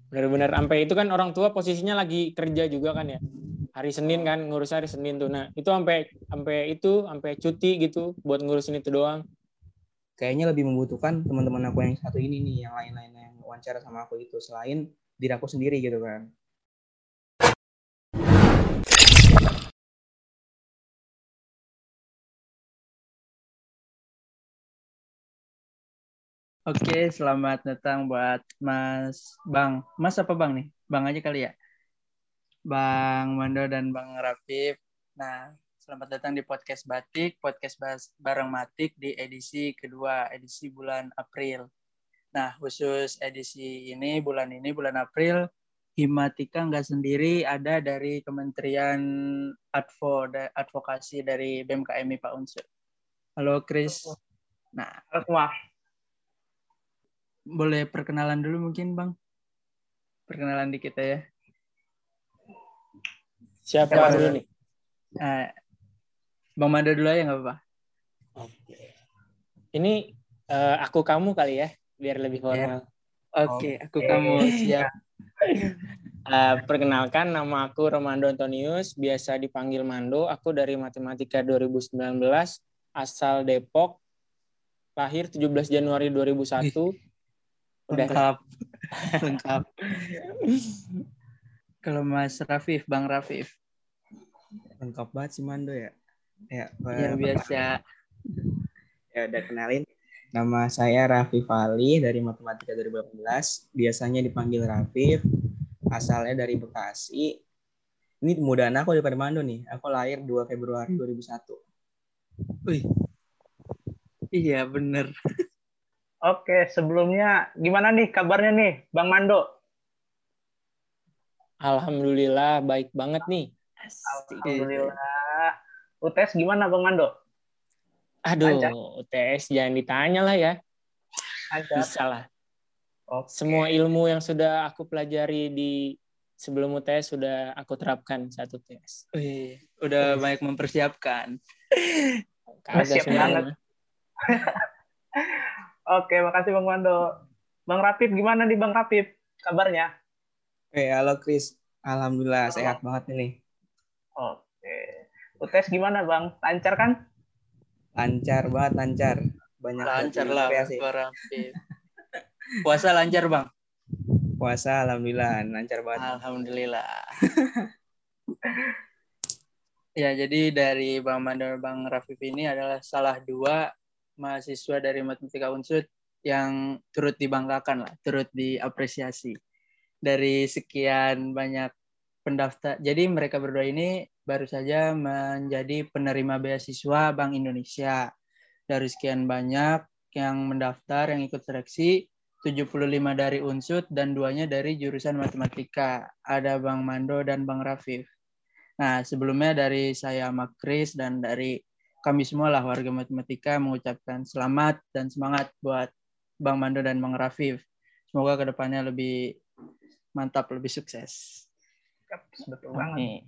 Benar-benar sampai itu kan orang tua posisinya lagi kerja juga kan ya. Hari Senin kan ngurus hari Senin tuh. Nah, itu sampai cuti gitu buat ngurusin itu doang. Kayaknya lebih membutuhkan teman-teman aku yang satu ini nih, yang lain-lainnya yang wawancara sama aku itu selain diri aku sendiri gitu kan. Oke, selamat datang buat Bang. Mas apa Bang nih? Bang aja kali ya. Bang Mando dan Bang Rafif. Nah, selamat datang di podcast Batik, podcast bareng Matik di edisi kedua, edisi bulan April. Nah, khusus edisi ini, bulan April, Himatika nggak sendiri, ada dari Kementerian Advokasi dari BMKMI Pak Unsur. Halo Chris. Nah, semua. Boleh perkenalan dulu mungkin Bang? Perkenalan dikit ya. Siapa dulu nih? Bang Mando dulu ya nggak apa-apa. Ini aku kamu kali ya, biar lebih formal. Oke, aku kamu siap. Perkenalkan, nama aku Romando Antonius, biasa dipanggil Mando. Aku dari Matematika 2019, asal Depok, lahir 17 Januari 2001. Lengkap. Kalau Mas Rafif, Bang Rafif. Lengkap banget sih Mando ya. Ya biasa. Ya udah kenalin. Nama saya Rafif Ali dari Matematika 2018. Biasanya dipanggil Rafif. Asalnya dari Bekasi. Ini mudaan aku daripada Mando nih. Aku lahir 2 Februari 2001. Wih. Iya bener. Oke, sebelumnya gimana nih kabarnya nih, Bang Mando? Alhamdulillah, baik banget nih. Alhamdulillah. UTS gimana, Bang Mando? Aduh, UTS jangan ditanya lah ya. Bisa lah. Oke. Semua ilmu yang sudah aku pelajari di sebelum UTS sudah aku terapkan saat UTS. Wih, udah banyak mempersiapkan. Siap banget. Oke, makasih Bang Mando. Bang Rafif, gimana nih Bang Rafif kabarnya? Halo Chris. Alhamdulillah sehat banget ini. Oke. UTS gimana Bang? Lancar kan? Lancar banget, lancar. Banyak lancar lah, kreasi. Bang Rafif. Puasa lancar Bang? Puasa alhamdulillah lancar banget. Alhamdulillah. Ya, jadi dari Bang Mando dan Bang Rafif ini adalah salah dua mahasiswa dari Matematika Unsur yang turut dibanggakan lah, turut diapresiasi. Dari sekian banyak pendaftar. Jadi mereka berdua ini baru saja menjadi penerima beasiswa Bank Indonesia. Dari sekian banyak yang mendaftar, yang ikut seleksi, 75 dari Unsur dan 2-nya dari jurusan Matematika. Ada Bang Mando dan Bang Rafif. Nah, sebelumnya dari saya Mak Kris dan dari kami semua lah warga Matematika mengucapkan selamat dan semangat buat Bang Mando dan Bang Rafif. Semoga kedepannya lebih mantap, lebih sukses. Betul banget.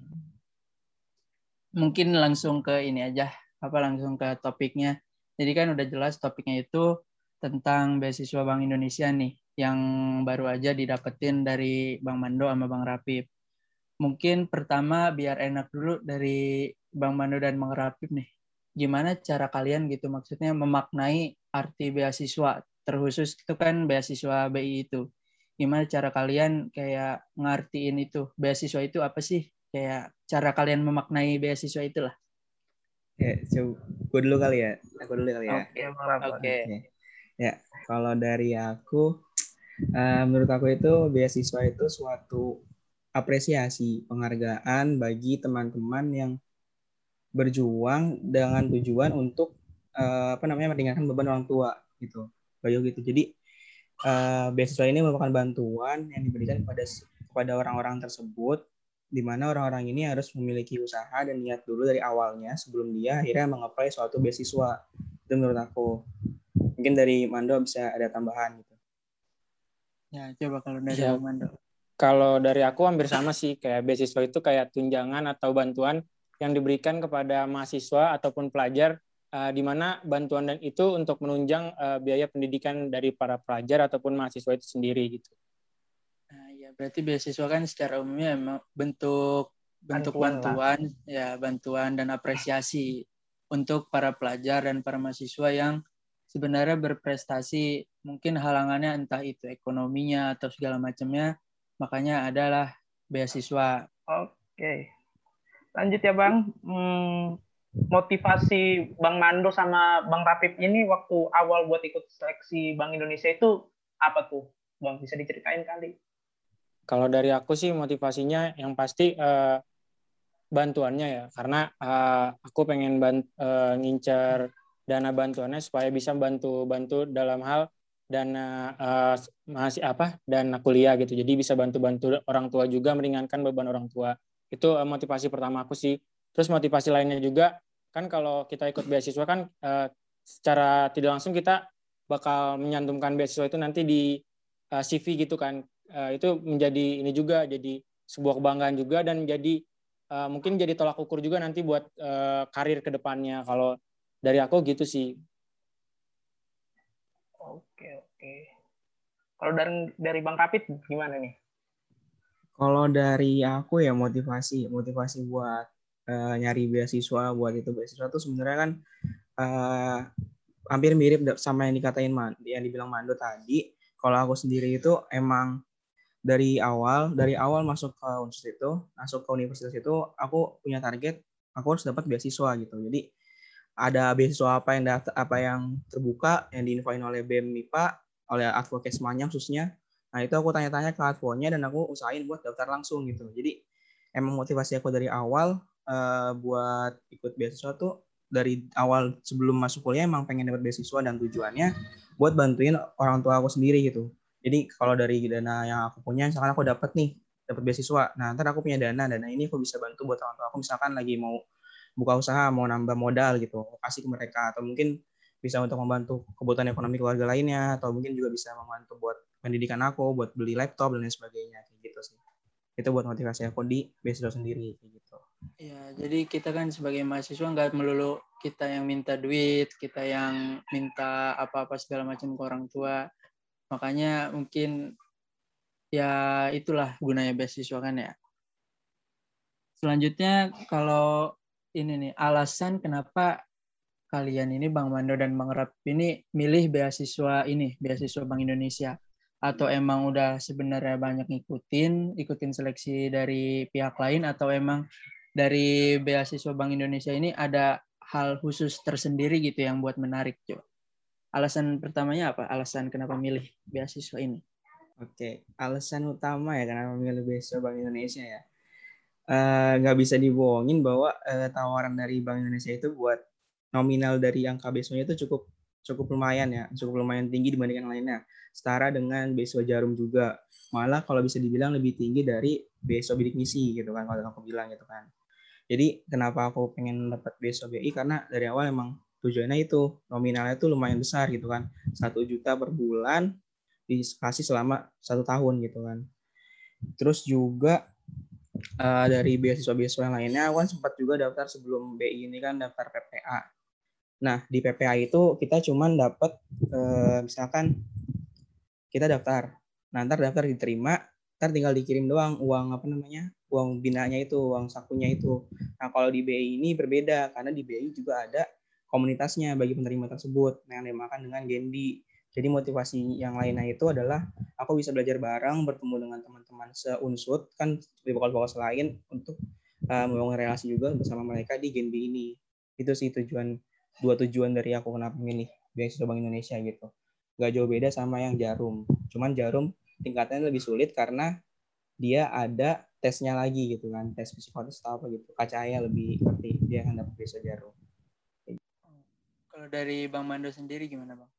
Mungkin langsung ke ini aja, langsung ke topiknya. Jadi kan udah jelas topiknya itu tentang beasiswa Bank Indonesia nih, yang baru aja didapetin dari Bang Mando sama Bang Rafif. Mungkin pertama biar enak dulu dari Bang Mando dan Bang Rafif nih. Gimana cara kalian gitu maksudnya memaknai arti beasiswa, terkhusus itu kan beasiswa BI itu. Gimana cara kalian kayak ngartiin itu, beasiswa itu apa sih? Kayak cara kalian memaknai beasiswa itulah. Ya, coba dulu kali ya. Aku dulu kali ya. Oke. Ya, kalau dari aku, menurut aku itu beasiswa itu suatu apresiasi, penghargaan bagi teman-teman yang berjuang dengan tujuan untuk meringankan beban orang tua gitu. Jadi beasiswa ini merupakan bantuan yang diberikan kepada orang-orang tersebut, di mana orang-orang ini harus memiliki usaha dan niat dulu dari awalnya sebelum dia akhirnya mengapply suatu beasiswa. Itu menurut aku. Mungkin dari Mando bisa ada tambahan gitu. Ya, coba kalau dari Bang Mando. Kalau dari aku hampir sama sih, kayak beasiswa itu kayak tunjangan atau bantuan yang diberikan kepada mahasiswa ataupun pelajar, di mana bantuan dan itu untuk menunjang biaya pendidikan dari para pelajar ataupun mahasiswa itu sendiri gitu. Nah, ya berarti beasiswa kan secara umumnya emang bentuk bantuan dan apresiasi untuk para pelajar dan para mahasiswa yang sebenarnya berprestasi, mungkin halangannya entah itu ekonominya atau segala macamnya, makanya adalah beasiswa. Oke. Lanjut ya Bang. Motivasi Bang Mando sama Bang Rapip ini waktu awal buat ikut seleksi Bank Indonesia itu apa tuh? Bang, bisa diceritain kali? Kalau dari aku sih motivasinya yang pasti bantuannya ya, karena aku pengen ngincer dana bantuannya supaya bisa bantu dalam hal dana dana kuliah gitu. Jadi bisa bantu orang tua juga, meringankan beban orang tua. Itu motivasi pertama aku sih. Terus motivasi lainnya juga kan kalau kita ikut beasiswa kan secara tidak langsung kita bakal menyantumkan beasiswa itu nanti di CV gitu kan. Itu menjadi ini juga jadi sebuah kebanggaan juga dan menjadi mungkin jadi tolak ukur juga nanti buat karir ke depannya. Kalau dari aku gitu sih. Oke. Kalau dari Bang Rapid gimana nih? Kalau dari aku ya motivasi buat nyari beasiswa, buat itu beasiswa tuh sebenarnya kan hampir mirip sama yang dibilang Mando tadi. Kalau aku sendiri itu emang dari awal masuk ke universitas itu aku punya target aku harus dapat beasiswa gitu. Jadi ada beasiswa apa yang terbuka yang diinfoin oleh BEM MIPA, oleh Advokes Manyang khususnya. Nah, itu aku tanya-tanya ke advonya dan aku usahain buat daftar langsung gitu. Jadi emang motivasi aku dari awal buat ikut beasiswa tuh dari awal sebelum masuk kuliah emang pengen dapat beasiswa dan tujuannya buat bantuin orang tua aku sendiri gitu. Jadi kalau dari dana yang aku punya, misalkan aku dapat beasiswa, nah ntar aku punya dana ini aku bisa bantu buat orang tua aku, misalkan lagi mau buka usaha, mau nambah modal gitu, kasih ke mereka, atau mungkin bisa untuk membantu kebutuhan ekonomi keluarga lainnya, atau mungkin juga bisa membantu buat pendidikan aku, buat beli laptop dan lain sebagainya, kayak gitu sih. Itu buat motivasi aku di beasiswa sendiri, kayak gitu. Ya, jadi kita kan sebagai mahasiswa nggak melulu kita yang minta duit, kita yang minta apa-apa segala macam ke orang tua. Makanya mungkin ya itulah gunanya beasiswa kan ya. Selanjutnya kalau ini nih, alasan kenapa kalian ini Bang Mando dan Bang Rap ini milih beasiswa Bank Indonesia, atau emang udah sebenarnya banyak ikutin seleksi dari pihak lain, atau emang dari beasiswa Bank Indonesia ini ada hal khusus tersendiri gitu yang buat menarik, Jo? Alasan pertamanya apa? Alasan kenapa milih beasiswa ini? Oke, alasan utama ya kenapa milih beasiswa Bank Indonesia ya. Nggak bisa dibohongin bahwa tawaran dari Bank Indonesia itu buat nominal dari angka beasiswanya itu cukup lumayan ya, cukup lumayan tinggi dibandingkan lainnya. Setara dengan beasiswa Jarum juga. Malah kalau bisa dibilang lebih tinggi dari beasiswa bidik misi gitu kan, kalau aku bilang gitu kan. Jadi kenapa aku pengen dapat beasiswa BI, karena dari awal emang tujuannya itu nominalnya itu lumayan besar gitu kan, 1 juta per bulan dikasih selama 1 tahun gitu kan. Terus juga dari beasiswa-beasiswa yang lainnya, aku kan sempat juga daftar sebelum BI ini kan, daftar PPA. Nah, di PPA itu kita cuman dapat misalkan kita daftar. Nah, ntar daftar diterima, ntar tinggal dikirim doang uang binanya itu, uang sakunya itu. Nah, kalau di BI ini berbeda, karena di BI juga ada komunitasnya bagi penerima tersebut yang dinamakan dengan Gendi. Jadi motivasi yang lainnya itu adalah aku bisa belajar bareng, bertemu dengan teman-teman seunsut kan di fakultas lain untuk membangun relasi juga bersama mereka di Genbi ini. Itu sih dua tujuan dari aku kenapa milih beasiswa Bank Indonesia gitu. Gak jauh beda sama yang Jarum. Cuman Jarum tingkatnya lebih sulit karena dia ada tesnya lagi gitu kan, tes psikotes atau apa gitu. KCA lebih ngerti, dia akan dapat beasiswa Jarum. Kalau dari Bang Mando sendiri gimana, Bang?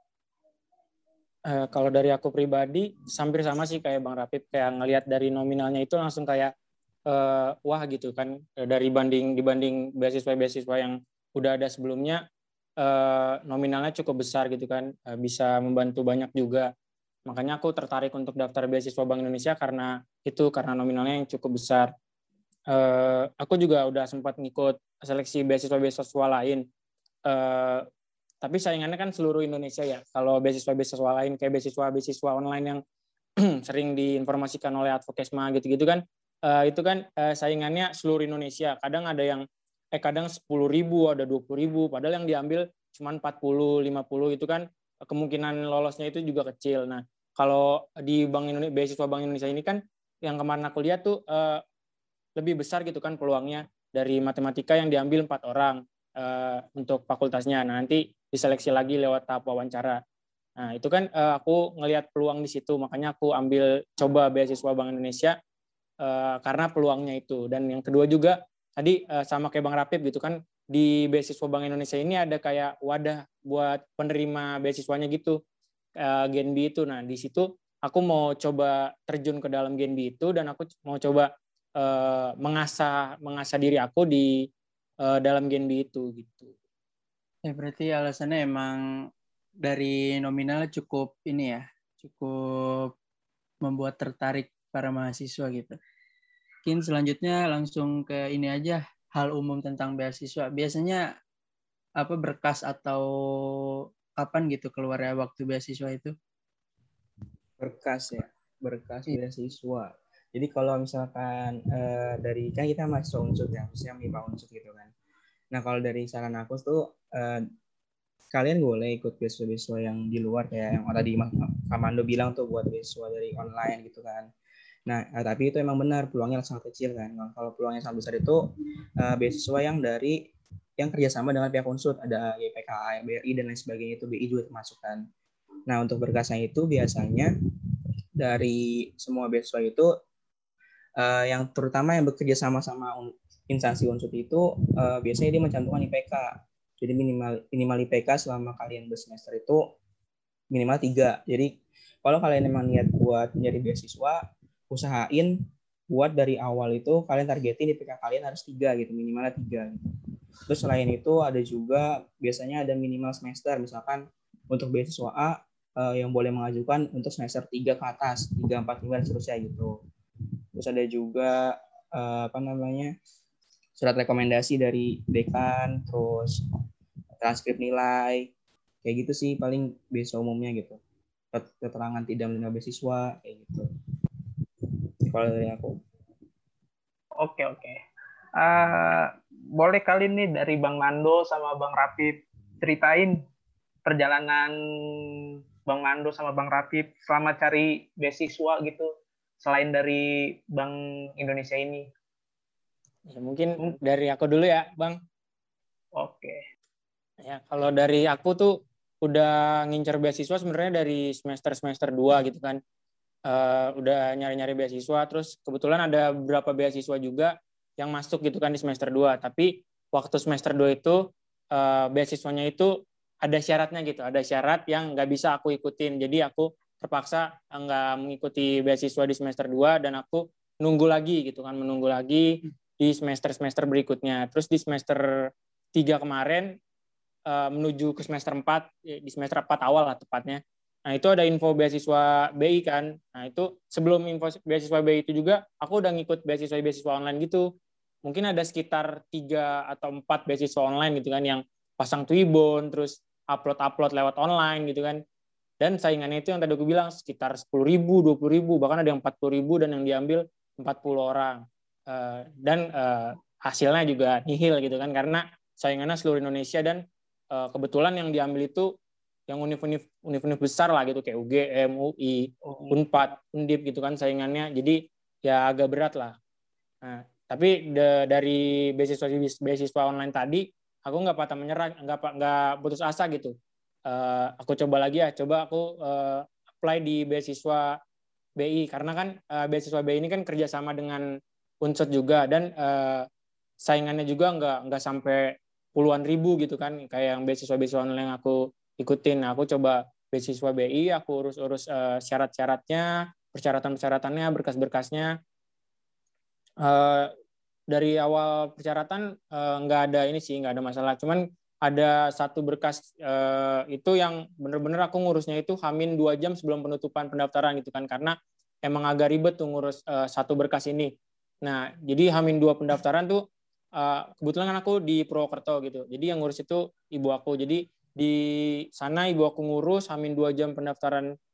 Kalau dari aku pribadi hampir sama sih kayak Bang Rapip, kayak ngelihat dari nominalnya itu langsung kayak wah gitu kan, dibanding beasiswa yang udah ada sebelumnya, nominalnya cukup besar gitu kan, bisa membantu banyak juga. Makanya aku tertarik untuk daftar beasiswa Bank Indonesia karena nominalnya yang cukup besar. Aku juga udah sempat ngikut seleksi beasiswa lain. Tapi saingannya kan seluruh Indonesia ya. Kalau beasiswa lain kayak beasiswa online yang sering diinformasikan oleh Advokesma gitu-gitu kan, itu kan saingannya seluruh Indonesia. Kadang ada yang kadang 10.000, ada 20.000, padahal yang diambil cuma 40, 50, itu kan kemungkinan lolosnya itu juga kecil. Nah, kalau di Bank Indonesia, beasiswa Bank Indonesia ini kan yang kemarin aku lihat tuh lebih besar gitu kan peluangnya. Dari matematika yang diambil 4 orang untuk fakultasnya. Nah, nanti diseleksi lagi lewat tahap wawancara. Nah, itu kan aku ngelihat peluang di situ, makanya aku ambil coba beasiswa Bank Indonesia karena peluangnya itu. Dan yang kedua juga tadi sama kayak Bang Rapip gitu kan, di beasiswa Bank Indonesia ini ada kayak wadah buat penerima beasiswanya gitu, Genbi itu. Nah, di situ aku mau coba terjun ke dalam Genbi itu, dan aku mau coba mengasah diri aku di dalam Genbi itu gitu. Ya berarti alasannya emang dari nominal cukup ini ya, cukup membuat tertarik para mahasiswa gitu. Mungkin selanjutnya langsung ke ini aja, hal umum tentang beasiswa. Biasanya apa berkas atau kapan gitu keluarnya waktu beasiswa itu? Berkas ya, berkas beasiswa. Jadi kalau misalkan dari kan kita mahasiswa Unsud ya, khususnya MIPA Unsud gitu kan. Nah kalau dari saran aku tuh kalian boleh ikut beasiswa-beasiswa yang di luar kayak yang tadi Kamando bilang tuh, buat beasiswa dari online gitu kan. Nah tapi itu emang benar peluangnya sangat kecil kan. Nah, kalau peluangnya sangat besar itu beasiswa yang dari yang kerjasama dengan pihak Unsud, ada YPKA, BRI dan lain sebagainya, itu BI juga termasuk kan. Nah untuk berkasnya itu biasanya dari semua beasiswa itu yang terutama yang bekerja sama instansi Unsud itu biasanya dia mencantumkan IPK. Jadi minimal IPK selama kalian bersemester itu minimal 3. Jadi kalau kalian memang niat buat nyari beasiswa, usahain buat dari awal itu kalian targetin IPK kalian harus 3 gitu, minimalnya 3 gitu. Terus selain itu ada juga biasanya ada minimal semester, misalkan untuk beasiswa A yang boleh mengajukan untuk semester 3 ke atas, 3, 4, 5 dan seterusnya gitu. Terus ada juga surat rekomendasi dari dekan, terus transkrip nilai, kayak gitu sih paling beasiswa umumnya gitu. Keterangan tidak menerima beasiswa kayak gitu. Kalau dari aku. Oke. Boleh kali nih dari Bang Mando sama Bang Rapip ceritain perjalanan Bang Mando sama Bang Rapip selama cari beasiswa gitu, selain dari Bank Indonesia ini. Ya, mungkin dari aku dulu ya, Bang. Oke. Ya, kalau dari aku tuh udah ngincer beasiswa sebenarnya dari semester 2 gitu kan. Udah nyari-nyari beasiswa, terus kebetulan ada beberapa beasiswa juga yang masuk gitu kan di semester 2. Tapi waktu semester 2 itu beasiswanya itu ada syaratnya gitu, ada syarat yang nggak bisa aku ikutin. Jadi aku terpaksa nggak mengikuti beasiswa di semester 2 dan aku menunggu lagi di semester berikutnya. Terus di semester 3 kemarin menuju ke semester 4, di semester 4 awal lah tepatnya. Nah, itu ada info beasiswa BI kan. Nah, itu sebelum info beasiswa BI itu juga aku udah ngikut beasiswa online gitu. Mungkin ada sekitar 3 atau 4 beasiswa online gitu kan, yang pasang Twibbon, terus upload lewat online gitu kan. Dan saingannya itu yang tadi aku bilang sekitar 10.000, 20.000, bahkan ada yang 40.000 dan yang diambil 40 orang. Dan hasilnya juga nihil gitu kan, karena saingannya seluruh Indonesia, dan kebetulan yang diambil itu yang univ besar lah gitu, kayak UGM, UI, Unpad, Undip gitu kan saingannya. Jadi ya agak berat lah. Nah, tapi dari beasiswa online tadi aku nggak patah menyerah, nggak putus asa gitu. Aku coba lagi ya, coba aku apply di beasiswa BI, karena kan beasiswa BI ini kan kerjasama dengan Unsud juga, dan saingannya juga nggak sampai puluhan ribu gitu kan, kayak yang beasiswa online yang aku ikutin. Nah, aku coba beasiswa BI, aku urus syarat-syaratnya, persyaratannya, berkas-berkasnya. Dari awal persyaratan nggak ada masalah. Cuman ada satu berkas itu yang bener-bener aku ngurusnya itu H-2 jam sebelum penutupan pendaftaran gitu kan, karena emang agak ribet tuh ngurus satu berkas ini. Nah, jadi H-2 pendaftaran tuh kebetulan kan aku di Purwokerto gitu. Jadi yang ngurus itu ibu aku. Jadi di sana ibu aku ngurus H-2 jam pendaftaran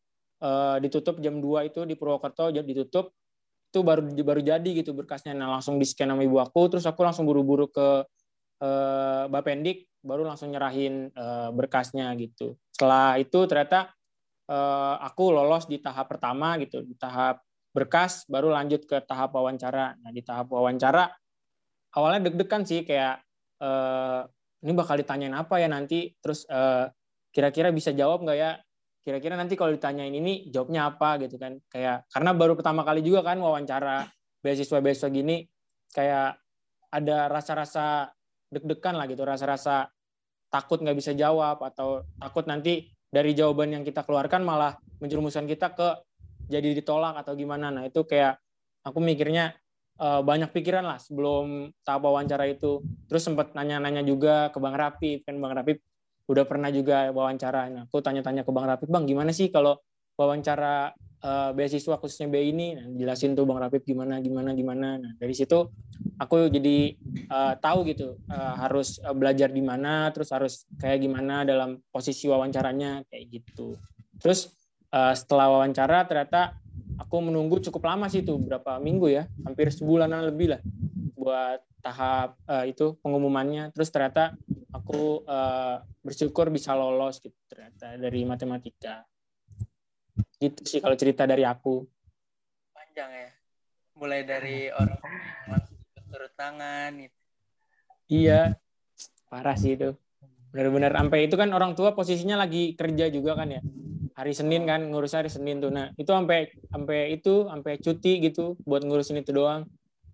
ditutup jam 2 itu di Purwokerto ditutup, itu baru jadi gitu berkasnya. Nah langsung di scan sama ibu aku, terus aku langsung buru-buru ke Bapendik, baru langsung nyerahin berkasnya gitu. Setelah itu ternyata aku lolos di tahap pertama gitu, di tahap berkas, baru lanjut ke tahap wawancara. Nah di tahap wawancara awalnya deg-degan sih, kayak ini bakal ditanyain apa ya nanti, terus kira-kira bisa jawab nggak ya, kira-kira nanti kalau ditanyain ini jawabnya apa gitu kan, kayak karena baru pertama kali juga kan wawancara beasiswa gini, kayak ada rasa-rasa deg-degan lah gitu, rasa-rasa takut nggak bisa jawab, atau takut nanti dari jawaban yang kita keluarkan malah menjerumuskan kita ke jadi ditolak atau gimana. Nah itu kayak aku mikirnya banyak pikiran lah sebelum tahap wawancara itu. Terus sempat nanya-nanya juga ke Bang Rapip, kan Bang Rapip udah pernah juga wawancara. Nah aku tanya-tanya ke Bang Rapip, Bang gimana sih kalau wawancara beasiswa khususnya B ini? Nah, jelasin tuh Bang Rapip gimana. Nah dari situ aku jadi tahu gitu harus belajar di mana, terus harus kayak gimana dalam posisi wawancaranya kayak gitu. Terus setelah wawancara ternyata aku menunggu cukup lama sih itu, berapa minggu ya, hampir sebulanan lebih lah buat tahap itu pengumumannya. Terus ternyata aku bersyukur bisa lolos gitu ternyata dari matematika. Gitu sih kalau cerita dari aku. Panjang ya. Mulai dari orang langsung turut tangan gitu. Iya, parah sih itu. Benar-benar sampai itu kan orang tua posisinya lagi kerja juga kan ya. Hari Senin kan, ngurus hari Senin tuh. Nah, itu sampai cuti gitu buat ngurusin itu doang.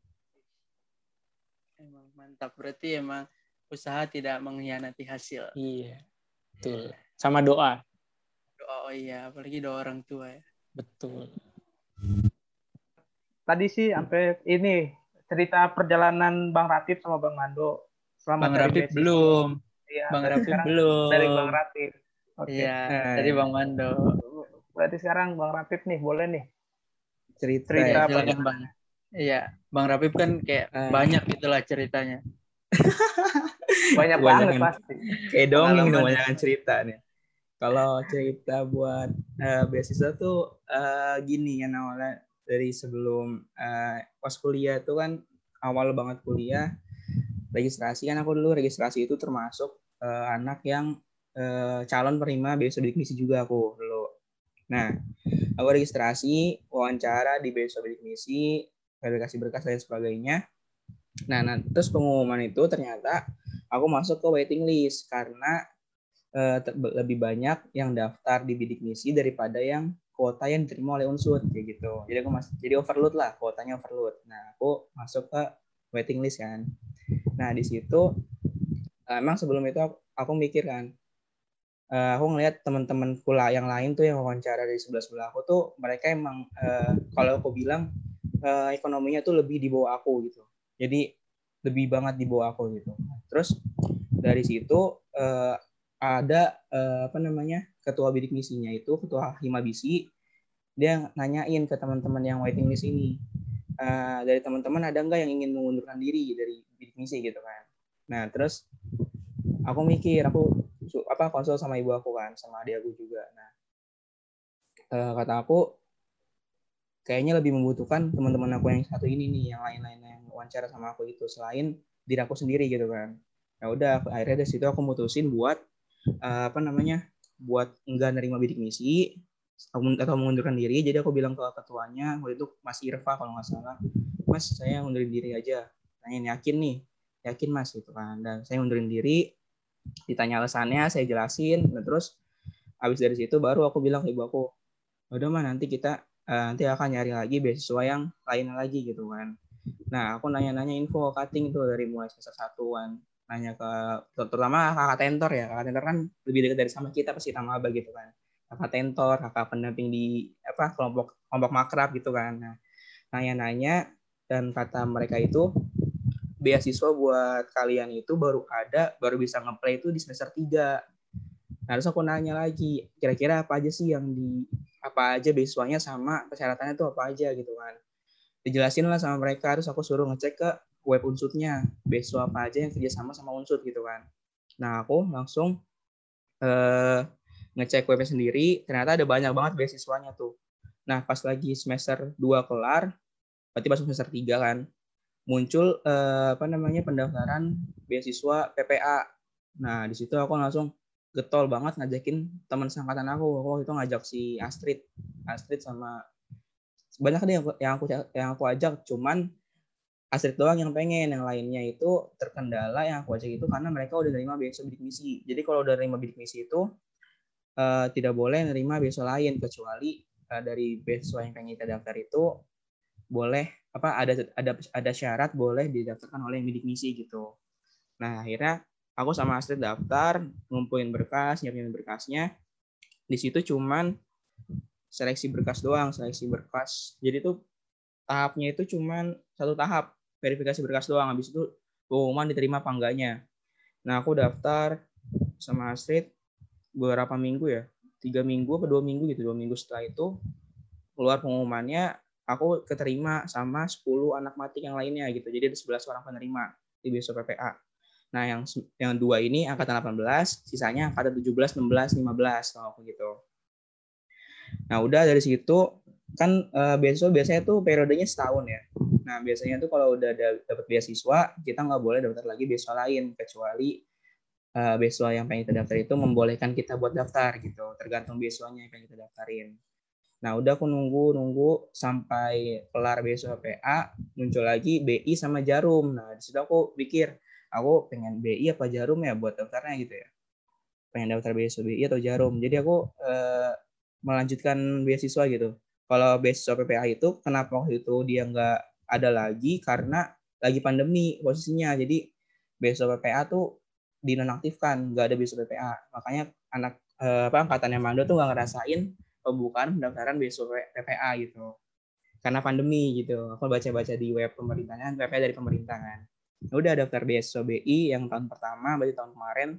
Emang mantap, berarti emang usaha tidak mengkhianati hasil. Iya. Betul. Sama doa. Doa, oh iya, apalagi doa orang tua ya. Betul. Tadi sih sampai ini cerita perjalanan Bang Ratip sama Bang Mando selama Bang cari Rapip beasiswa. belum. Iya, Bang berarti Rapip sekarang belum. dari Bang Ratip. Oke. Iya, dari Bang Mando. Berarti sekarang Bang Ratip nih, boleh nih Cerita cerita ya. Silakan Bang. Iya, Bang Rapip kan kayak banyak gitulah ceritanya. banyak banget pasti. Kayak dongeng dong, Pengalaman banyak cerita nih. Kalau cerita buat beasiswa tuh gini ya, awalnya dari sebelum pas kuliah itu kan, awal banget kuliah registrasi kan, aku dulu registrasi itu termasuk anak yang calon penerima beasiswa bidik misi juga aku dulu. Nah, aku registrasi, wawancara di beasiswa bidik misi, verifikasi berkas dan sebagainya. Nah, terus pengumuman itu ternyata aku masuk ke waiting list karena lebih banyak yang daftar di bidik misi daripada yang kuota yang diterima oleh Unsur kayak gitu. Jadi aku jadi overload lah, kuotanya overload. Nah, aku masuk ke waiting list kan. Nah, di situ emang sebelum itu aku mikir kan, aku ngelihat teman-teman pula yang lain tuh yang wawancara dari sebelah aku tuh, mereka emang kalau aku bilang ekonominya tuh lebih di bawah aku gitu. Jadi lebih banget di bawah aku gitu. Terus dari situ ada ketua bidik misinya itu, ketua Himabisi, dia nanyain ke teman-teman yang waiting list ini, dari teman-teman ada nggak yang ingin mengundurkan diri dari bidik misi gitu kan. Nah terus aku mikir, aku konsul sama ibu aku kan, sama adik aku juga. Nah kata aku kayaknya lebih membutuhkan teman-teman aku yang satu ini nih, yang lain-lain yang wawancara sama aku itu, selain diri aku sendiri gitu kan. Ya udah, akhirnya dari situ aku mutusin buat buat enggak nerima bidik misi atau mengundurkan diri. Jadi aku bilang ke ketuanya, waktu itu Mas Irfa kalau nggak salah, Mas saya ngundurin diri aja. Tanya yakin Mas gitu kan. Dan saya ngundurin diri, ditanya alasannya, saya jelasin. Dan terus habis dari situ baru aku bilang ke ibu aku, udah mah nanti kita nanti akan nyari lagi beasiswa yang lainnya lagi gitu kan. Nah aku nanya-nanya info cutting itu dari mulai semester 1-an, nanya ke terutama kakak tentor ya. Kakak tentor kan lebih dekat dari sama kita pasti sama Aba gitu kan. Kakak tentor, kakak pendamping di kelompok makrab gitu kan. Nah, nanya-nanya dan kata mereka itu beasiswa buat kalian itu baru bisa ngeplay itu di semester 3. Nah, terus aku nanya lagi, kira-kira apa aja sih beasiswanya sama persyaratannya tuh apa aja gitu kan. Dijelasin lah sama mereka, terus aku suruh ngecek ke web Unsutnya, beasiswa apa aja yang kerjasama sama Unsut gitu kan. Nah, aku langsung ngecek webnya sendiri, ternyata ada banyak banget beasiswanya tuh. Nah, pas lagi semester 2 kelar, berarti pas semester 3 kan, muncul pendaftaran beasiswa PPA. Nah, di situ aku langsung getol banget ngajakin teman seangkatan aku. Aku itu ngajak si Astrid sama banyak deh yang aku ajak, cuman Astrid doang yang pengen, yang lainnya itu terkendala yang aku ajak itu karena mereka udah nerima beasiswa bidik misi. Jadi kalau udah nerima bidik misi itu tidak boleh nerima beasiswa lain kecuali dari beasiswa yang pengen kita daftar itu boleh ada syarat boleh didaftarkan oleh yang bidik misi gitu. Nah, akhirnya aku sama Astrid daftar, ngumpulin berkas, nyiapin berkasnya. Di situ cuman seleksi berkas doang, seleksi berkas. Jadi tuh tahapnya itu cuman satu tahap, verifikasi berkas doang. Habis itu pengumuman diterima apa enggaknya. Nah, aku daftar sama Astrid beberapa minggu ya, 3 minggu atau 2 minggu gitu. 2 minggu setelah itu keluar pengumumannya, aku keterima sama 10 anak matik yang lainnya gitu. Jadi ada 11 orang penerima di beasiswa PPA. Nah, yang 2 ini angkatan 18, sisanya angkatan 17, 16, 15 kalau aku gitu. Nah, udah dari situ kan beasiswa biasanya tuh periodenya setahun ya. Nah, biasanya tuh kalau udah dapat beasiswa, kita nggak boleh daftar lagi beasiswa lain kecuali beasiswa yang pengen kita daftar itu membolehkan kita buat daftar gitu, tergantung beasiswanya yang pengen kita daftarin. Nah, udah aku nunggu sampai kelar beasiswa PA, muncul lagi BI sama Jarum. Nah, di situ aku pikir, aku pengen BI apa Jarum ya buat daftarnya gitu ya. Pengen daftar beasiswa BI atau Jarum. Jadi aku melanjutkan beasiswa gitu. Kalau beasiswa PPA itu, kenapa waktu itu dia nggak ada lagi? Karena lagi pandemi posisinya. Jadi beasiswa PPA tuh dinonaktifkan, nggak ada beasiswa PPA. Makanya angkatannya Mando tuh nggak ngerasain pembukaan pendaftaran beasiswa PPA gitu. Karena pandemi gitu. Aku baca-baca di web pemerintahan, webnya dari pemerintahan. Udah daftar beasiswa BI yang tahun pertama, berarti tahun kemarin.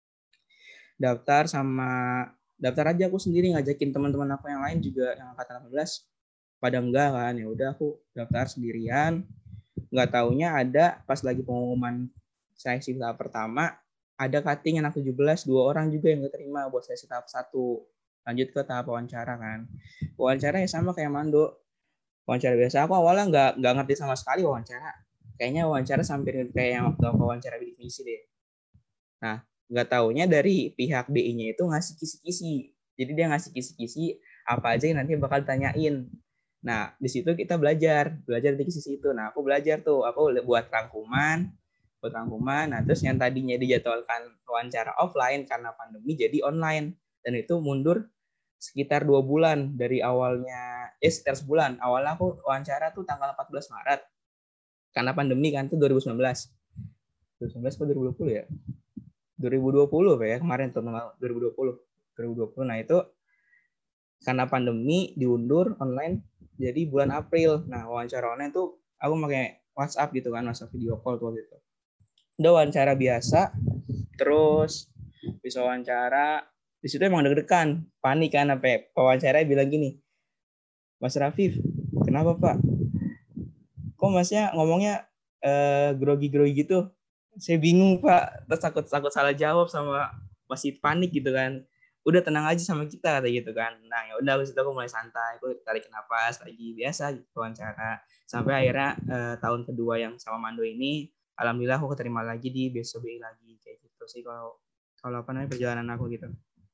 Daftar aja aku sendiri, ngajakin teman-teman aku yang lain juga yang angkatan 18 pada enggak kan. Ya udah aku daftar sendirian. Nggak taunya ada pas lagi pengumuman seleksi tahap pertama, ada cutting anak 17, 2 orang juga yang diterima buat seleksi tahap 1. Lanjut ke tahap wawancara kan. Wawancara ya sama kayak Mando. Wawancara biasa, aku awalnya nggak ngerti sama sekali wawancara. Kayaknya wawancara sampai kayak yang waktu aku wawancara bidik misi deh. Nah, nggak taunya dari pihak BI-nya itu ngasih kisi-kisi. Jadi dia ngasih kisi-kisi apa aja yang nanti bakal ditanyain. Nah, di situ kita belajar dari kisi itu. Nah, aku belajar tuh, aku buat rangkuman. Nah, terus yang tadinya dijadwalkan wawancara offline karena pandemi jadi online. Dan itu mundur sekitar 2 bulan dari awalnya, sekitar sebulan. Awalnya aku wawancara tuh tanggal 14 Maret. Karena pandemi kan itu 2019. 2019 atau 2020 ya? 2020 ya kemarin tuh 2020. Nah, itu karena pandemi diundur online jadi bulan April. Nah, wawancara online tuh aku pakai WhatsApp gitu kan, WhatsApp video call tuh gitu. Udah wawancara biasa, terus bisa wawancara di situ emang deg-degan, panik kan, sampai wawancara bilang gini, Mas Rafif, kenapa Pak? Kok Masnya ngomongnya grogi-grogi gitu? Saya bingung Pak, terus takut salah jawab sama masih panik gitu kan. Udah tenang aja sama kita kata gitu kan. Nah, ya udah habis itu aku mulai santai, aku tarik napas lagi biasa gitu wawancara. Sampai akhirnya tahun kedua yang sama Mando ini, alhamdulillah aku keterima lagi di BSOBI lagi kayak gitu sih kalau perjalanan aku gitu.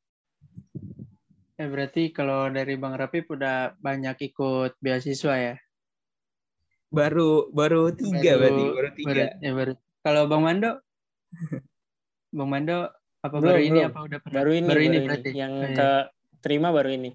Ya berarti kalau dari Bang Rapip udah banyak ikut beasiswa ya? Baru 3 berarti, baru 3. Baru. Kalau Bang Mando? Bang Mando apa belum, ini apa udah pernah? Baru ini berarti. Yang terima baru ini.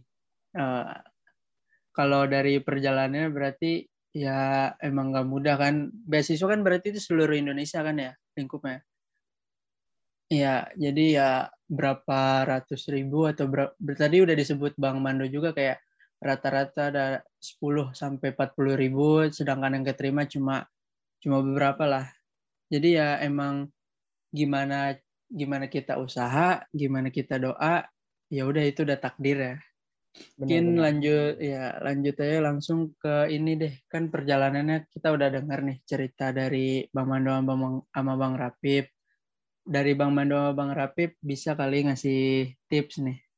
Kalau dari perjalanannya berarti ya emang nggak mudah kan. Beasiswa kan berarti itu seluruh Indonesia kan ya lingkupnya. Ya, jadi ya berapa ratus ribu atau tadi udah disebut Bang Mando juga kayak rata-rata ada 10 sampai 40 ribu, sedangkan yang keterima cuma beberapa lah. Jadi ya emang gimana kita usaha, gimana kita doa, ya udah itu udah takdir ya. Mungkin lanjut aja langsung ke ini deh. Kan perjalanannya kita udah dengar nih cerita dari Bang Mando sama Bang Rapip. Dari Bang Mando sama Bang Rapip bisa kali ngasih tips nih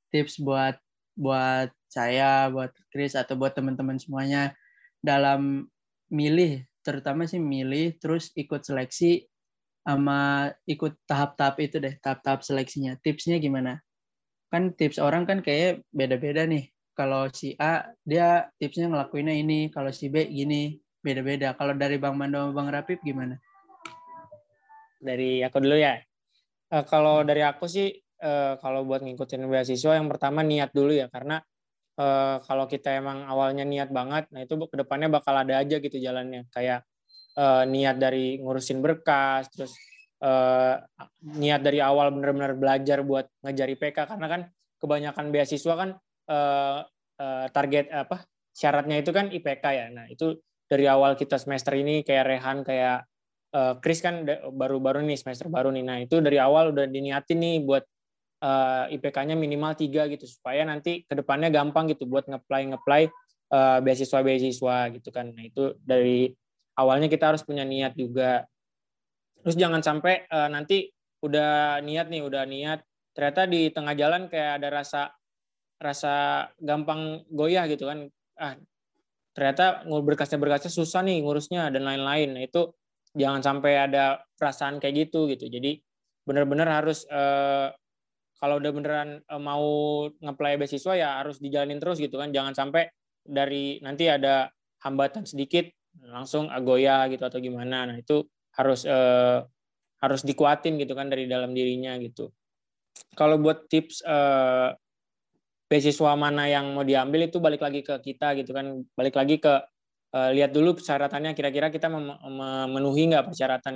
tips buat saya, buat Chris atau buat teman-teman semuanya dalam milih, terutama sih milih, terus ikut seleksi sama ikut tahap-tahap itu deh, tahap-tahap seleksinya. Tipsnya gimana? Kan tips orang kan kayak beda-beda nih. Kalau si A, dia tipsnya ngelakuinnya ini. Kalau si B, gini. Beda-beda. Kalau dari Bang Mando sama Bang Rapip gimana? Dari aku dulu ya. Kalau dari aku sih, kalau buat ngikutin beasiswa yang pertama niat dulu ya. Karena kalau kita emang awalnya niat banget, nah itu kedepannya bakal ada aja gitu jalannya. Kayak niat dari ngurusin berkas, terus niat dari awal benar-benar belajar buat ngejar IPK, karena kan kebanyakan beasiswa kan target syaratnya itu kan IPK ya. Nah itu dari awal kita semester ini kayak Rehan, kayak Chris kan baru-baru nih semester baru nih. Nah itu dari awal udah diniatin nih buat IPK-nya minimal 3 gitu, supaya nanti kedepannya gampang gitu buat nge-apply beasiswa gitu kan. Nah itu dari awalnya kita harus punya niat juga. Terus jangan sampai nanti udah niat ternyata di tengah jalan kayak ada rasa gampang goyah gitu kan. Ternyata berkasnya susah nih ngurusnya dan lain-lain. Nah itu jangan sampai ada perasaan kayak gitu. Jadi benar-benar harus kalau udah beneran mau nge-apply beasiswa ya harus dijalanin terus gitu kan. Jangan sampai dari nanti ada hambatan sedikit langsung goyah gitu atau gimana. Nah itu harus dikuatin gitu kan dari dalam dirinya gitu. Kalau buat tips beasiswa mana yang mau diambil itu balik lagi ke kita gitu kan. Balik lagi ke lihat dulu persyaratannya, kira-kira kita memenuhi nggak persyaratan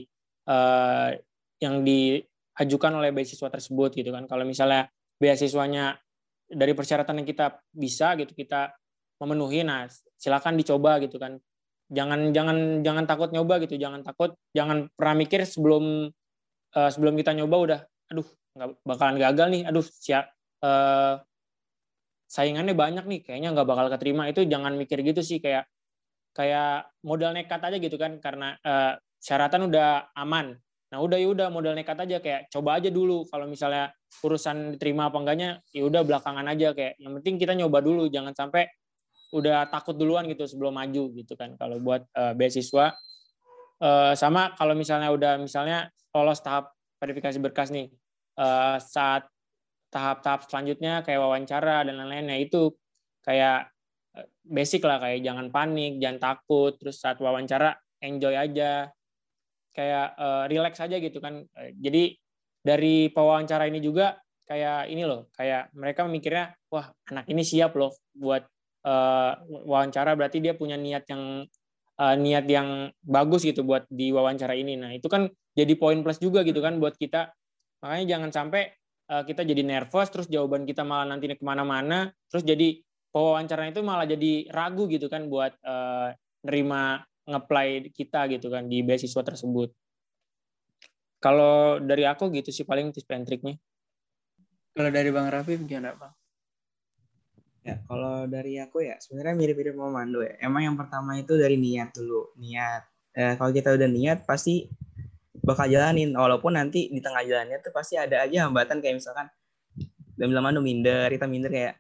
yang diajukan oleh beasiswa tersebut gitu kan. Kalau misalnya beasiswanya dari persyaratan yang kita bisa gitu, kita memenuhi, nah silakan dicoba gitu kan. Jangan takut nyoba gitu, jangan pernah mikir sebelum kita nyoba udah aduh nggak bakalan gagal nih, aduh saingannya banyak nih kayaknya nggak bakal keterima. Itu jangan mikir gitu sih, kayak modal nekat aja gitu kan, karena syaratan udah aman. Nah udah modal nekat aja, kayak coba aja dulu. Kalau misalnya urusan diterima apa enggaknya ya udah belakangan aja, kayak yang penting kita nyoba dulu, jangan sampai udah takut duluan gitu sebelum maju gitu kan. Kalau buat beasiswa sama kalau misalnya udah lolos tahap verifikasi berkas nih, saat tahap-tahap selanjutnya kayak wawancara dan lain-lainnya itu kayak basic lah, kayak jangan panik, jangan takut, terus saat wawancara enjoy aja, kayak relax aja gitu kan. Jadi dari pewawancara ini juga kayak ini loh, kayak mereka mikirnya wah anak ini siap loh buat wawancara, berarti dia punya niat yang bagus gitu buat di wawancara ini. Nah itu kan jadi poin plus juga gitu kan buat kita. Makanya jangan sampai kita jadi nervous terus jawaban kita malah nanti kemana-mana, terus jadi pewawancaranya itu malah jadi ragu gitu kan buat nerima nge-apply kita gitu kan di beasiswa tersebut. Kalau dari aku gitu sih paling tips and triknya. Kalau dari Bang Raffi gimana Bang? Ya, kalau dari aku ya sebenarnya mirip-mirip sama Mando ya. Emang yang pertama itu dari niat dulu. Niat. Kalau kita udah niat pasti bakal jalanin. Walaupun nanti di tengah jalannya tuh pasti ada aja hambatan, kayak misalkan dan bilang Mando kita minder kayak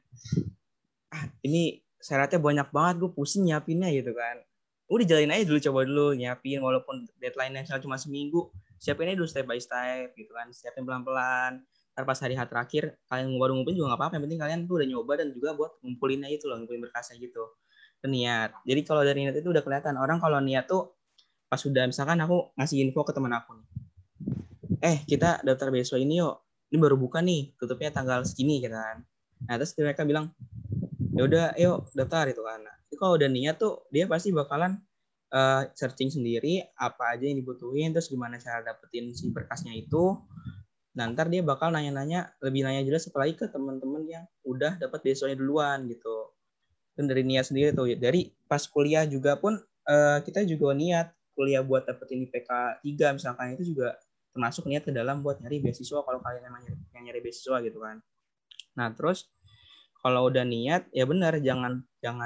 ini syaratnya banyak banget, gue pusing nyiapinnya gitu kan. Udah jalanin aja dulu, coba dulu nyiapin walaupun deadline-nya cuma seminggu, siapin aja dulu step by step gitu kan. Siapin pelan-pelan. Ntar pas hari terakhir kalian baru ngumpulin juga nggak apa-apa, yang penting kalian tuh udah nyoba dan juga buat ngumpulinnya itu loh, ngumpulin berkasnya gitu. Itu niat. Jadi kalau dari niat itu udah kelihatan orang kalau niat tuh pas sudah misalkan aku ngasih info ke teman aku nih, kita daftar beasiswa ini yuk, ini baru buka nih, tutupnya tanggal segini gitu kan. Nah terus mereka bilang ya udah yuk daftar itu kan. Nah, itu kalau udah niat tuh dia pasti bakalan searching sendiri apa aja yang dibutuhin, terus gimana cara dapetin si berkasnya itu. Nah, ntar dia bakal lebih nanya jelas apalagi ke teman-teman yang udah dapat beasiswanya duluan gitu. Dan dari niat sendiri tuh, dari pas kuliah juga pun kita juga niat kuliah buat dapetin IPK 3 misalkan, itu juga termasuk niat ke dalam buat nyari beasiswa kalau kalian emang nyari beasiswa gitu kan. Nah, terus kalau udah niat ya benar, jangan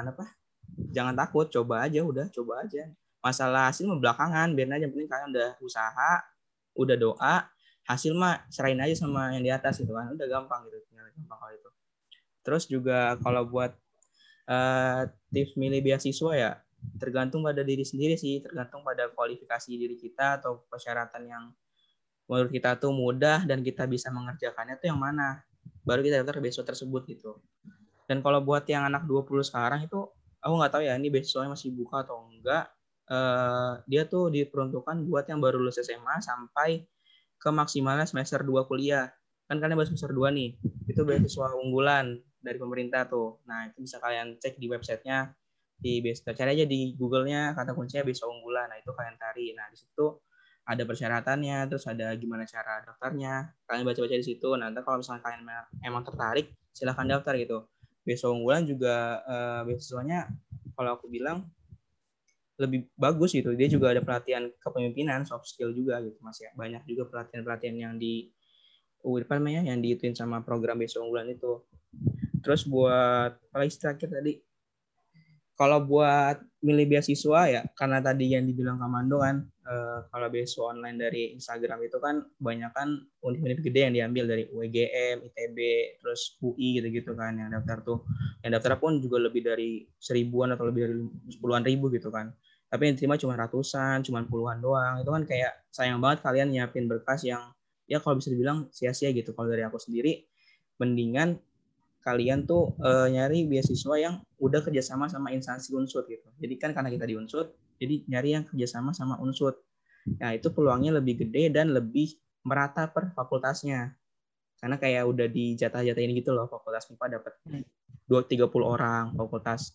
takut, coba aja. Masalah hasil belakangan, biar aja, penting kalian udah usaha, udah doa, hasil mah serahin aja sama yang di atas gitu kan, udah gampang gitu, tinggal gampang kalau itu. Terus juga kalau buat tips milih beasiswa ya tergantung pada diri sendiri sih, tergantung pada kualifikasi diri kita atau persyaratan yang menurut kita tuh mudah dan kita bisa mengerjakannya tuh yang mana, baru kita daftar beasiswa tersebut gitu. Dan kalau buat yang anak 20 sekarang itu aku nggak tahu ya ini beasiswanya masih buka atau enggak. Dia tuh diperuntukkan buat yang baru lulus SMA sampai ke maksimalnya semester 2 kuliah. Kan kalian baru semester 2 nih. Itu beasiswa unggulan dari pemerintah tuh. Nah, itu bisa kalian cek di websitenya, di beasiswa. Cari aja di Google-nya kata kuncinya beasiswa unggulan. Nah, itu kalian cari. Nah, di situ ada persyaratannya, terus ada gimana cara daftarnya. Kalian baca-baca di situ. Nanti kalau misalnya kalian emang tertarik, silahkan daftar gitu. Beasiswa unggulan juga beasiswanya kalau aku bilang lebih bagus gitu. Dia juga ada pelatihan kepemimpinan, soft skill juga gitu Mas ya. Banyak juga pelatihan-pelatihan yang di yang diituin sama program beasiswa unggulan itu. Terus buat paling terakhir tadi, kalau buat milih beasiswa ya, karena tadi yang dibilang Kamando kan, kalau beasiswa online dari Instagram itu kan banyak kan univ-univ gede yang diambil dari UGM, ITB, terus UI gitu-gitu kan yang daftar tuh. Yang daftar pun juga lebih dari 1000-an atau lebih dari 10-an ribu gitu kan. Tapi yang diterima cuma ratusan, cuma puluhan doang. Itu kan kayak sayang banget kalian nyiapin berkas yang ya kalau bisa dibilang sia-sia gitu. Kalau dari aku sendiri, mendingan kalian tuh nyari beasiswa yang udah kerjasama sama instansi Unsud gitu. Jadi kan karena kita di Unsud, jadi nyari yang kerjasama sama Unsud. Nah itu peluangnya lebih gede dan lebih merata per fakultasnya. Karena kayak udah dijatah-jatahin gitu loh, fakultas MIPA dapat 230 orang, fakultas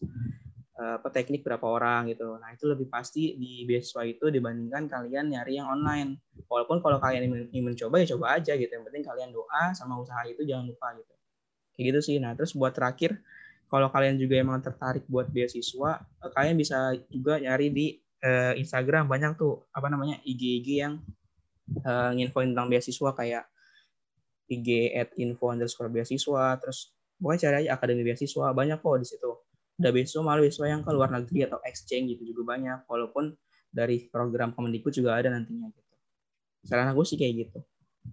teknik berapa orang gitu. Nah itu lebih pasti di beasiswa itu dibandingkan kalian nyari yang online. Walaupun kalau kalian ingin mencoba ya coba aja gitu. Yang penting kalian doa sama usaha itu jangan lupa gitu. Kayak gitu sih. Nah, terus buat terakhir, kalau kalian juga emang tertarik buat beasiswa, kalian bisa juga nyari di Instagram. Banyak tuh, IG-IG yang nginfoin tentang beasiswa kayak IG @info_beasiswa, terus pokoknya cari aja akademi beasiswa. Banyak kok di situ. Ada beasiswa, malah beasiswa yang ke luar negeri atau exchange gitu juga banyak. Walaupun dari program Kemendikbud juga ada nantinya gitu. Saran aku sih kayak gitu.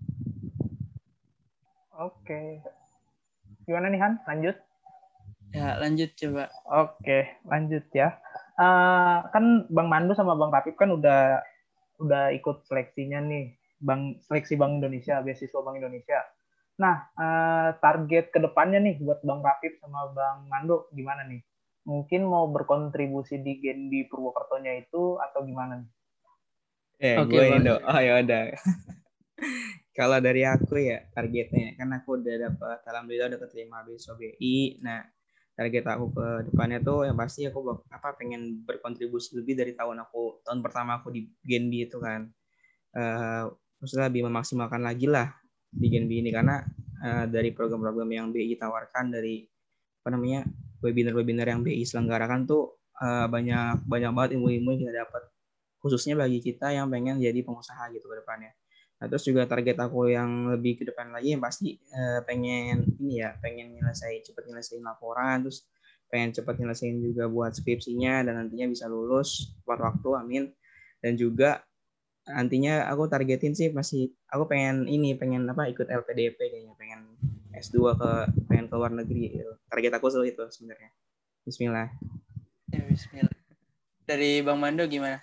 Oke. Gimana nih Han? Lanjut? Ya, lanjut coba. Oke, lanjut ya. Kan Bang Mando sama Bang Rapip kan udah ikut seleksinya nih, seleksi Bank Indonesia, beasiswa Bank Indonesia. Nah, target kedepannya nih buat Bang Rapip sama Bang Mando gimana nih? Mungkin mau berkontribusi di Genbi Purwokertonya itu atau gimana nih? Oke, gue Bang. ini dong. Oh ya udah. Kalau dari aku ya targetnya, kan aku udah dapat, alhamdulillah udah keterima beasiswa BI. Nah, target aku ke depannya tuh yang pasti aku pengen berkontribusi lebih dari tahun pertama aku di Genbi itu kan. Maksudnya lebih memaksimalkan lagi lah di Genbi ini karena dari program-program yang BI tawarkan, dari webinar-webinar yang BI selenggarakan tuh banyak banget ilmu-ilmu yang kita dapat, khususnya bagi kita yang pengen jadi pengusaha gitu ke depannya. Nah, terus juga target aku yang lebih ke depan lagi yang pasti pengen cepet nyelesain laporan, terus pengen cepet nyelesain juga buat skripsinya dan nantinya bisa lulus tepat waktu, amin. Dan juga nantinya aku targetin sih aku pengen ikut LPDP kayaknya, pengen S2 pengen ke luar negeri gitu. Target aku itu sebenarnya. Bismillah. Ya, bismillah. Dari Bang Mando gimana?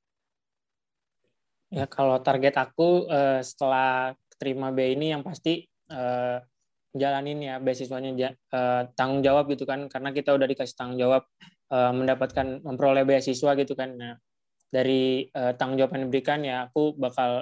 Ya kalau target aku setelah terima B ini yang pasti jalanin ya beasiswanya, tanggung jawab gitu kan, karena kita udah dikasih tanggung jawab memperoleh beasiswa gitu kan. Nah dari tanggung jawab yang diberikan ya aku bakal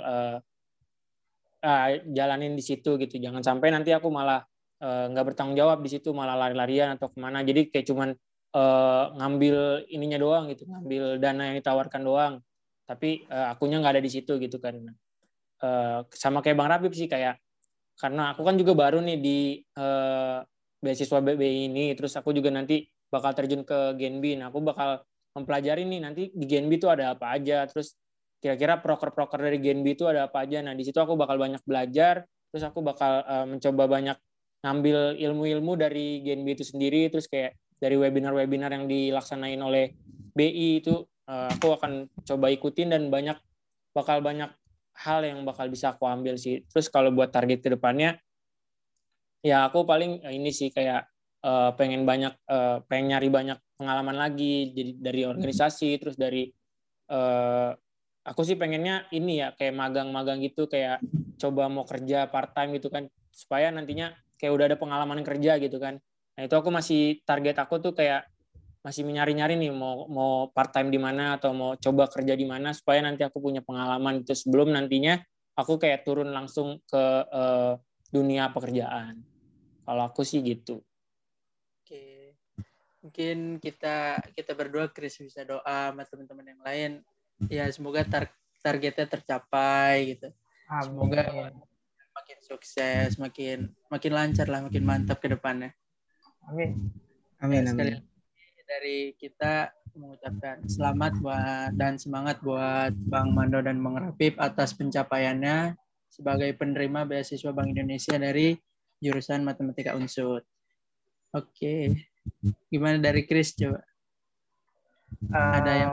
jalanin di situ gitu. Jangan sampai nanti aku malah nggak bertanggung jawab di situ, malah lari-larian atau kemana. Jadi kayak cuman ngambil ininya doang gitu, ngambil dana yang ditawarkan doang. Tapi akunya nggak ada di situ gitu kan. Sama kayak Bang Rapip sih, kayak karena aku kan juga baru nih di beasiswa BBI ini, terus aku juga nanti bakal terjun ke Genbi. Nah, aku bakal mempelajari nih nanti di Genbi itu ada apa aja, terus kira-kira proker-proker dari Genbi itu ada apa aja. Nah, di situ aku bakal banyak belajar, terus aku bakal mencoba banyak ngambil ilmu-ilmu dari Genbi itu sendiri, terus kayak dari webinar-webinar yang dilaksanain oleh BI itu aku akan coba ikutin dan bakal banyak hal yang bakal bisa aku ambil sih. Terus kalau buat target ke depannya, ya aku paling ini sih kayak pengen nyari banyak pengalaman lagi jadi dari organisasi, terus dari aku sih pengennya ini ya kayak magang-magang gitu, kayak coba mau kerja part time gitu kan, supaya nantinya kayak udah ada pengalaman kerja gitu kan. Nah itu aku masih target aku tuh kayak masih nyari-nyari nih mau part time di mana atau mau coba kerja di mana supaya nanti aku punya pengalaman itu sebelum nantinya aku kayak turun langsung ke dunia pekerjaan. Kalau aku sih gitu. Oke. Mungkin kita berdua Chris bisa doa sama teman-teman yang lain. Ya semoga targetnya tercapai gitu. Semoga makin sukses, makin lancar lah, makin mantap ke depannya. Amin. Amin, Ya, sekali amin. lagi dari kita mengucapkan selamat dan semangat buat Bang Mando dan Bang Rapip atas pencapaiannya sebagai penerima beasiswa Bank Indonesia dari jurusan Matematika Unsur. Oke. Gimana dari Chris coba? Ada yang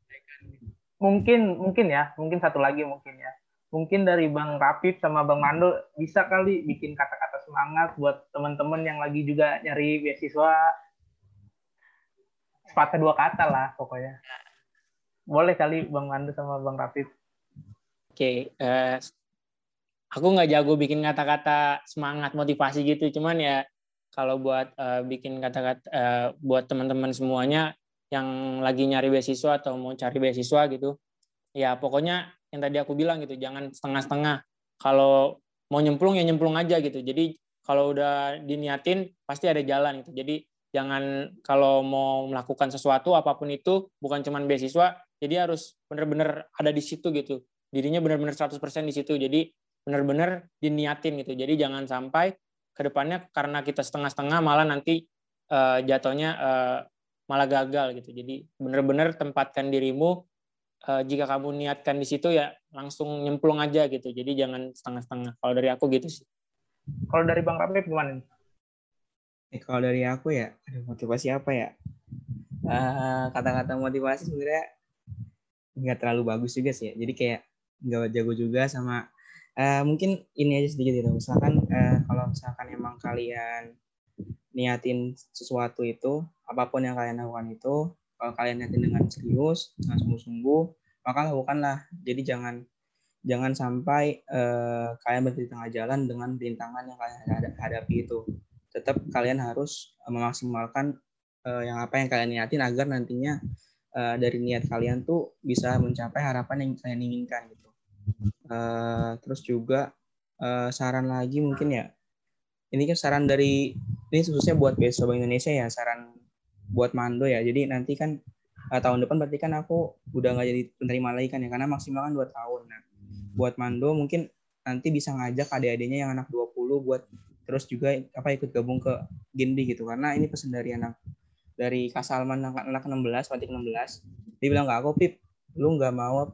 mungkin satu lagi mungkin ya. Mungkin dari Bang Rapip sama Bang Mando bisa kali bikin kata-kata semangat buat teman-teman yang lagi juga nyari beasiswa. Sepatah dua kata lah pokoknya. Boleh kali Bang Mando sama Bang Rapip. Oke, aku nggak jago bikin kata-kata semangat motivasi gitu, cuman ya kalau buat bikin kata-kata buat teman-teman semuanya yang lagi nyari beasiswa atau mau cari beasiswa gitu, ya pokoknya yang tadi aku bilang gitu, jangan setengah-setengah. Kalau mau nyemplung ya nyemplung aja gitu. Jadi kalau udah diniatin pasti ada jalan gitu. Jadi jangan kalau mau melakukan sesuatu apapun itu bukan cuma beasiswa, jadi harus benar-benar ada di situ gitu. Dirinya benar-benar 100% di situ. Jadi benar-benar diniatin gitu. Jadi jangan sampai ke depannya karena kita setengah-setengah malah nanti jatuhnya malah gagal gitu. Jadi benar-benar tempatkan dirimu, jika kamu niatkan di situ ya langsung nyemplung aja gitu. Jadi jangan setengah-setengah. Kalau dari aku gitu sih. Kalau dari Bang Rapip gimana nih? Kalau dari aku ya, motivasi apa ya? Kata-kata motivasi sebenarnya nggak terlalu bagus juga sih ya. Jadi kayak nggak jago juga sama mungkin ini aja sedikit gitu. Misalkan kalau misalkan emang kalian niatin sesuatu itu, apapun yang kalian lakukan itu, kalau kalian niatin dengan serius, dengan sungguh-sungguh, maka lakukanlah. Jadi jangan sampai kalian berhenti di tengah jalan dengan rintangan yang kalian hadapi itu. Tetap kalian harus memaksimalkan apa yang kalian niatin agar nantinya dari niat kalian tuh bisa mencapai harapan yang kalian inginkan gitu. Terus juga saran lagi mungkin ya, ini kan saran dari ini khususnya buat beasiswa Bank Indonesia ya, saran buat Mando ya. Jadi nanti kan tahun depan berarti kan aku udah nggak jadi penerima lagi kan ya, karena maksimal kan 2 tahun. Nah, buat Mando mungkin nanti bisa ngajak adik-adiknya yang anak 20 buat terus juga ikut gabung ke Genbi gitu, karena ini pesan dari Kak Salman anak 16, Matik 16. Dia bilang ke aku, Pip, lu nggak mau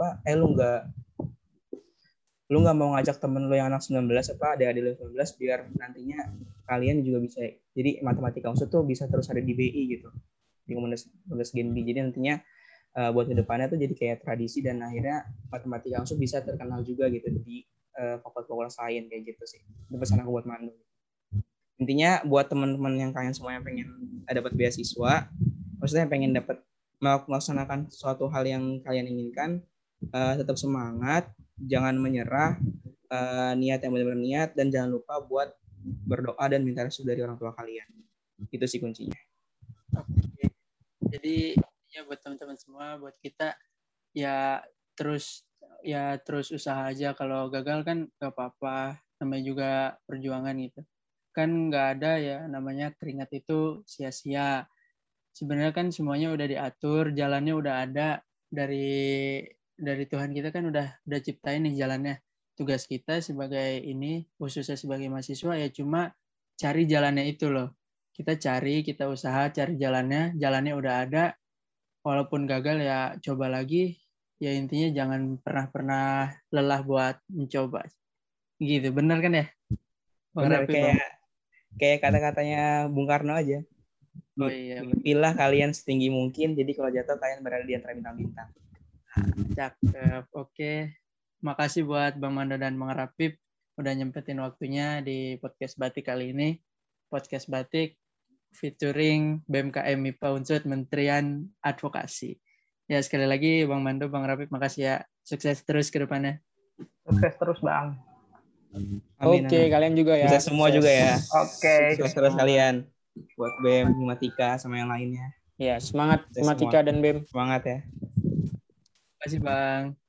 lu nggak mau ngajak temen lu yang anak 19 adik-adik lu 19 biar nantinya kalian juga bisa, jadi matematika unsur tuh bisa terus ada di BI gitu, di komunitas Genbi. Jadi nantinya buat kedepannya tuh jadi kayak tradisi dan akhirnya matematika unsur bisa terkenal juga gitu di fakultas lain kayak gitu sih. Itu pesan aku buat Mando. Intinya buat teman-teman yang kalian semua yang pengen dapat beasiswa, maksudnya pengen dapat melaksanakan suatu hal yang kalian inginkan, tetap semangat, jangan menyerah, niat yang benar-benar niat, dan jangan lupa buat berdoa dan minta restu dari orang tua kalian. Itu sih kuncinya. Oke. Jadi ya buat teman-teman semua, buat kita ya terus usaha aja. Kalau gagal kan gak apa-apa, namanya juga perjuangan gitu. Kan nggak ada ya namanya keringat itu sia-sia. Sebenarnya kan semuanya udah diatur, jalannya udah ada dari Tuhan kita kan udah ciptain nih jalannya. Tugas kita sebagai ini, khususnya sebagai mahasiswa ya cuma cari jalannya itu loh. Kita usaha cari jalannya udah ada. Walaupun gagal ya coba lagi. Ya intinya jangan pernah lelah buat mencoba. Gitu, bener kan ya? Benar, kayak kata-katanya Bung Karno aja. Oh iya. Mimpilah kalian setinggi mungkin, jadi kalau jatuh kalian berada di antara bintang-bintang. Cakep. Oke. makasih buat Bang Mando dan Bang Rapip udah nyempetin waktunya di podcast Batik kali ini. Podcast Batik featuring BMKM MIPA Unsud Menterian Advokasi. Ya, sekali lagi Bang Mando, Bang Rapip, makasih ya. Sukses terus ke depannya. Sukses terus, Bang. Amin, Oke, amin. kalian juga ya. Sukses semua juga ya. Oke. Sukses terus kalian. Buat BEM, Himatika, sama yang lainnya. Ya, semangat Sukses Himatika semua. dan BEM. Semangat ya. Terima kasih, Bang.